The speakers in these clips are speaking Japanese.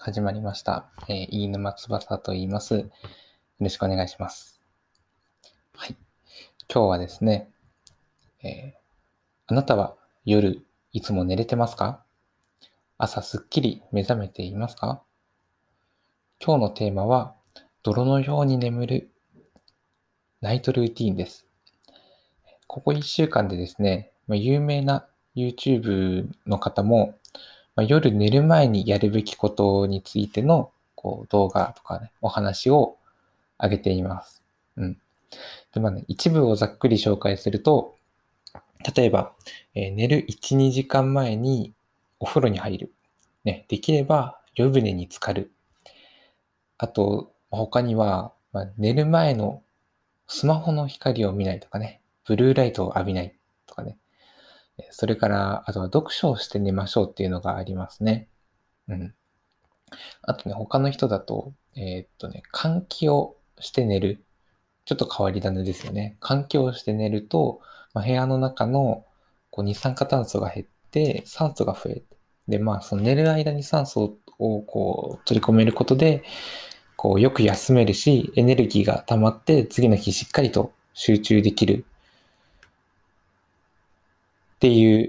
始まりました。飯沼翼と言います。よろしくお願いします。はい。今日はですね、あなたは夜いつも寝れてますか？朝すっきり目覚めていますか？今日のテーマは、泥のように眠るナイトルーティーンです。ここ1週間でですね、有名な YouTube の方も、夜寝る前にやるべきことについての動画とかね、お話を上げています。で、一部をざっくり紹介すると、例えば、寝る1、2時間前にお風呂に入る。ね、できれば湯船に浸かる。あと、他には、寝る前のスマホの光を見ないとかね、ブルーライトを浴びないとかね。それから、あとは読書をして寝ましょうっていうのがありますね。うん。あとね、他の人だと、換気をして寝る。ちょっと変わり種ですよね。換気をして寝ると、部屋の中の二酸化炭素が減って酸素が増えて、で、その寝る間に酸素を取り込めることで、よく休めるし、エネルギーが溜まって次の日しっかりと集中できるっていう、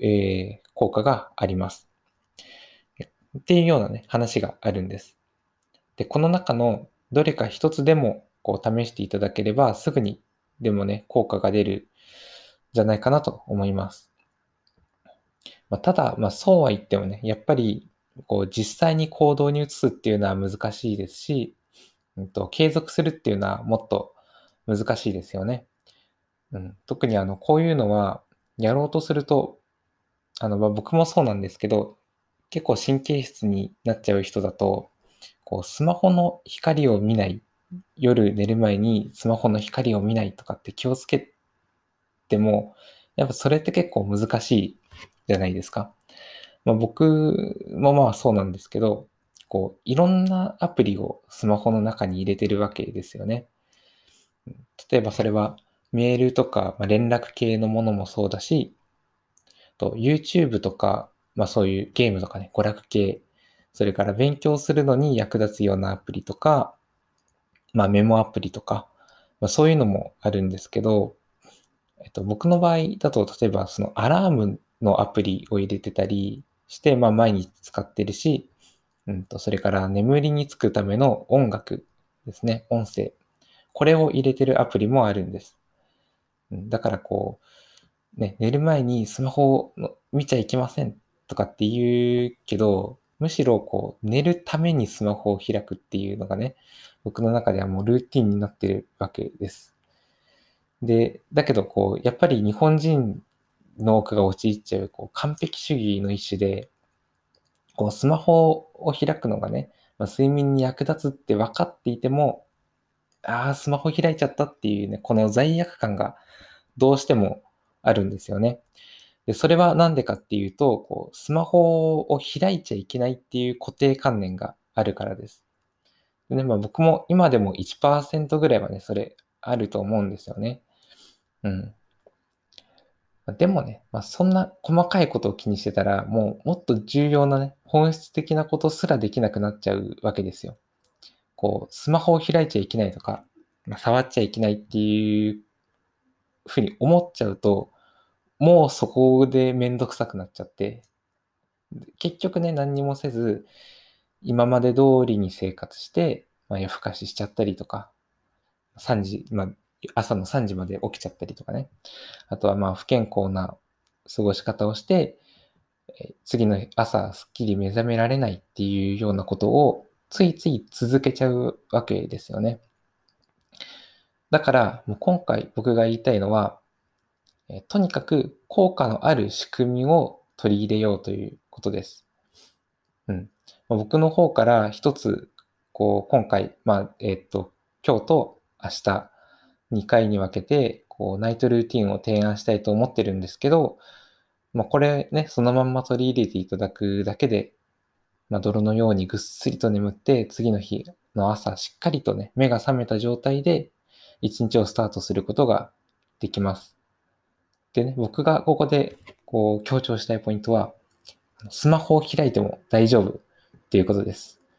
効果があります。っていうようなね、話があるんです。で、この中のどれか一つでも試していただければ、すぐにでもね、効果が出るんじゃないかなと思います。ただ、そうは言ってもね、やっぱり、実際に行動に移すっていうのは難しいですし、継続するっていうのはもっと難しいですよね。特にこういうのは、やろうとすると、僕もそうなんですけど、結構神経質になっちゃう人だと、スマホの光を見ない、夜寝る前にスマホの光を見ないとかって気をつけても、やっぱそれって結構難しいじゃないですか。僕もそうなんですけど、いろんなアプリをスマホの中に入れてるわけですよね。例えばそれはメールとか、連絡系のものもそうだし、YouTube とか、そういうゲームとかね、娯楽系、それから勉強するのに役立つようなアプリとか、メモアプリとか、そういうのもあるんですけど、僕の場合だと、例えばそのアラームのアプリを入れてたりして、毎日使ってるし、それから眠りにつくための音楽ですね、音声。これを入れてるアプリもあるんです。だからね、寝る前にスマホを見ちゃいけませんとかって言うけど、むしろ寝るためにスマホを開くっていうのがね、僕の中ではもうルーティンになってるわけです。で、だけどやっぱり日本人の多くが陥っちゃう完璧主義の一種で、スマホを開くのがね、睡眠に役立つって分かっていても、スマホ開いちゃったっていうね、この罪悪感がどうしてもあるんですよね。で、それはなんでかっていうと、スマホを開いちゃいけないっていう固定観念があるからです。でね、僕も今でも1%ぐらいはね、それあると思うんですよね。うん。でもね、そんな細かいことを気にしてたら、もうもっと重要なね、本質的なことすらできなくなっちゃうわけですよ。スマホを開いちゃいけないとか、触っちゃいけないっていうふうに思っちゃうと、もうそこでめんどくさくなっちゃって、結局ね、何にもせず、今まで通りに生活して、夜更かししちゃったりとか、3時、朝の3時まで起きちゃったりとかね。あとは不健康な過ごし方をして、次の朝すっきり目覚められないっていうようなことをついつい続けちゃうわけですよね。だから、もう今回僕が言いたいのは、とにかく効果のある仕組みを取り入れようということです。僕の方から一つ、今回、今日と明日、2回に分けて、ナイトルーティンを提案したいと思ってるんですけど、これね、そのまんま取り入れていただくだけで、泥のようにぐっすりと眠って、次の日の朝、しっかりとね、目が覚めた状態で、一日をスタートすることができます。でね、僕がここで、強調したいポイントは、スマホを開いても大丈夫っていうことです。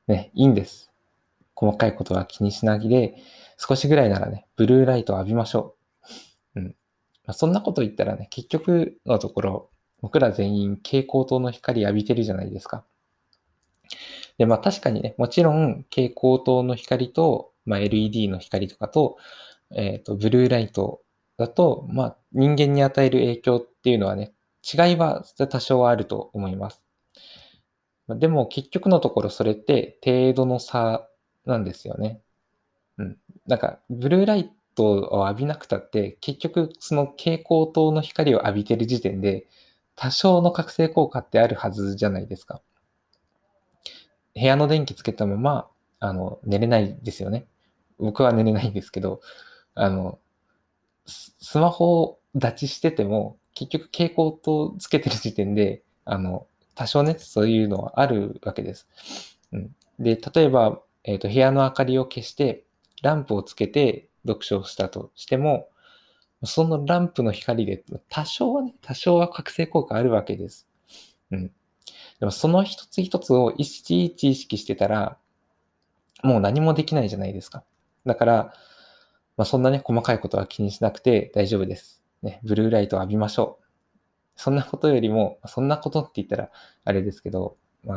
ね、いいんです。細かいことは気にしないで、少しぐらいならね、ブルーライトを浴びましょう。そんなこと言ったらね、結局のところ、僕ら全員蛍光灯の光浴びてるじゃないですか。で、確かにね、もちろん蛍光灯の光と、LED の光とかと、ブルーライトだと、人間に与える影響っていうのはね、違いは多少はあると思います。でも結局のところそれって程度の差なんですよね。なんか、ブルーライトを浴びなくたって、結局その蛍光灯の光を浴びてる時点で、多少の覚醒効果ってあるはずじゃないですか。部屋の電気つけたまま、寝れないですよね。僕は寝れないんですけど、あの、スマホ立ちしてても、結局蛍光灯つけてる時点で、多少ね、そういうのはあるわけです。で、例えば、部屋の明かりを消して、ランプをつけて読書をしたとしても、そのランプの光で多少は覚醒効果あるわけです。うん。でもその一つ一つをいちいち意識してたら、もう何もできないじゃないですか。だから、そんなね、細かいことは気にしなくて大丈夫です。ね、ブルーライトを浴びましょう。そんなことよりも、そんなことって言ったらあれですけど、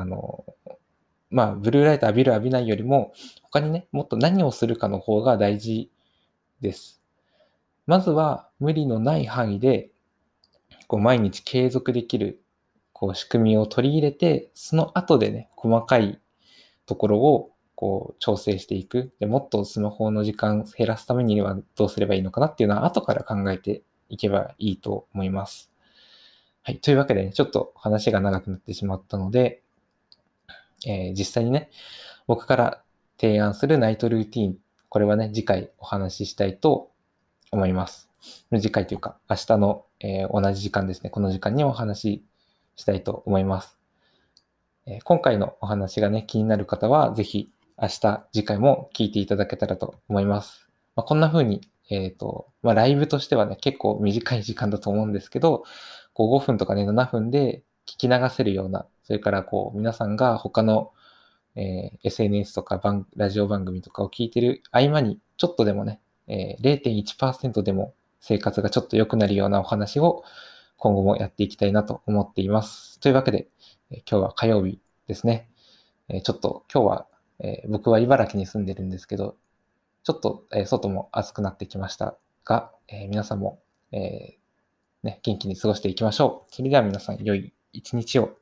ブルーライト浴びる浴びないよりも、他にね、もっと何をするかの方が大事です。まずは無理のない範囲で、毎日継続できる、仕組みを取り入れて、その後でね、細かいところを、調整していく。で、もっとスマホの時間減らすためにはどうすればいいのかなっていうのは後から考えていけばいいと思います。はい。というわけでね、ちょっと話が長くなってしまったので、実際にね、僕から提案するナイトルーティーン、これはね、次回お話ししたいと思います。次回というか、明日の、同じ時間ですね、この時間にお話ししたいと思います。今回のお話がね、気になる方は、ぜひ明日、次回も聞いていただけたらと思います。こんな風に、ライブとしてはね、結構短い時間だと思うんですけど、5分とかね、7分で聞き流せるような、それから皆さんが他の、SNS とかラジオ番組とかを聞いてる合間に、ちょっとでもね、0.1% でも生活がちょっと良くなるようなお話を今後もやっていきたいなと思っています。というわけで、今日は火曜日ですね。ちょっと今日は、僕は茨城に住んでるんですけど、ちょっと、外も暑くなってきましたが、皆さんも、元気に過ごしていきましょう。それでは皆さん良い一日を。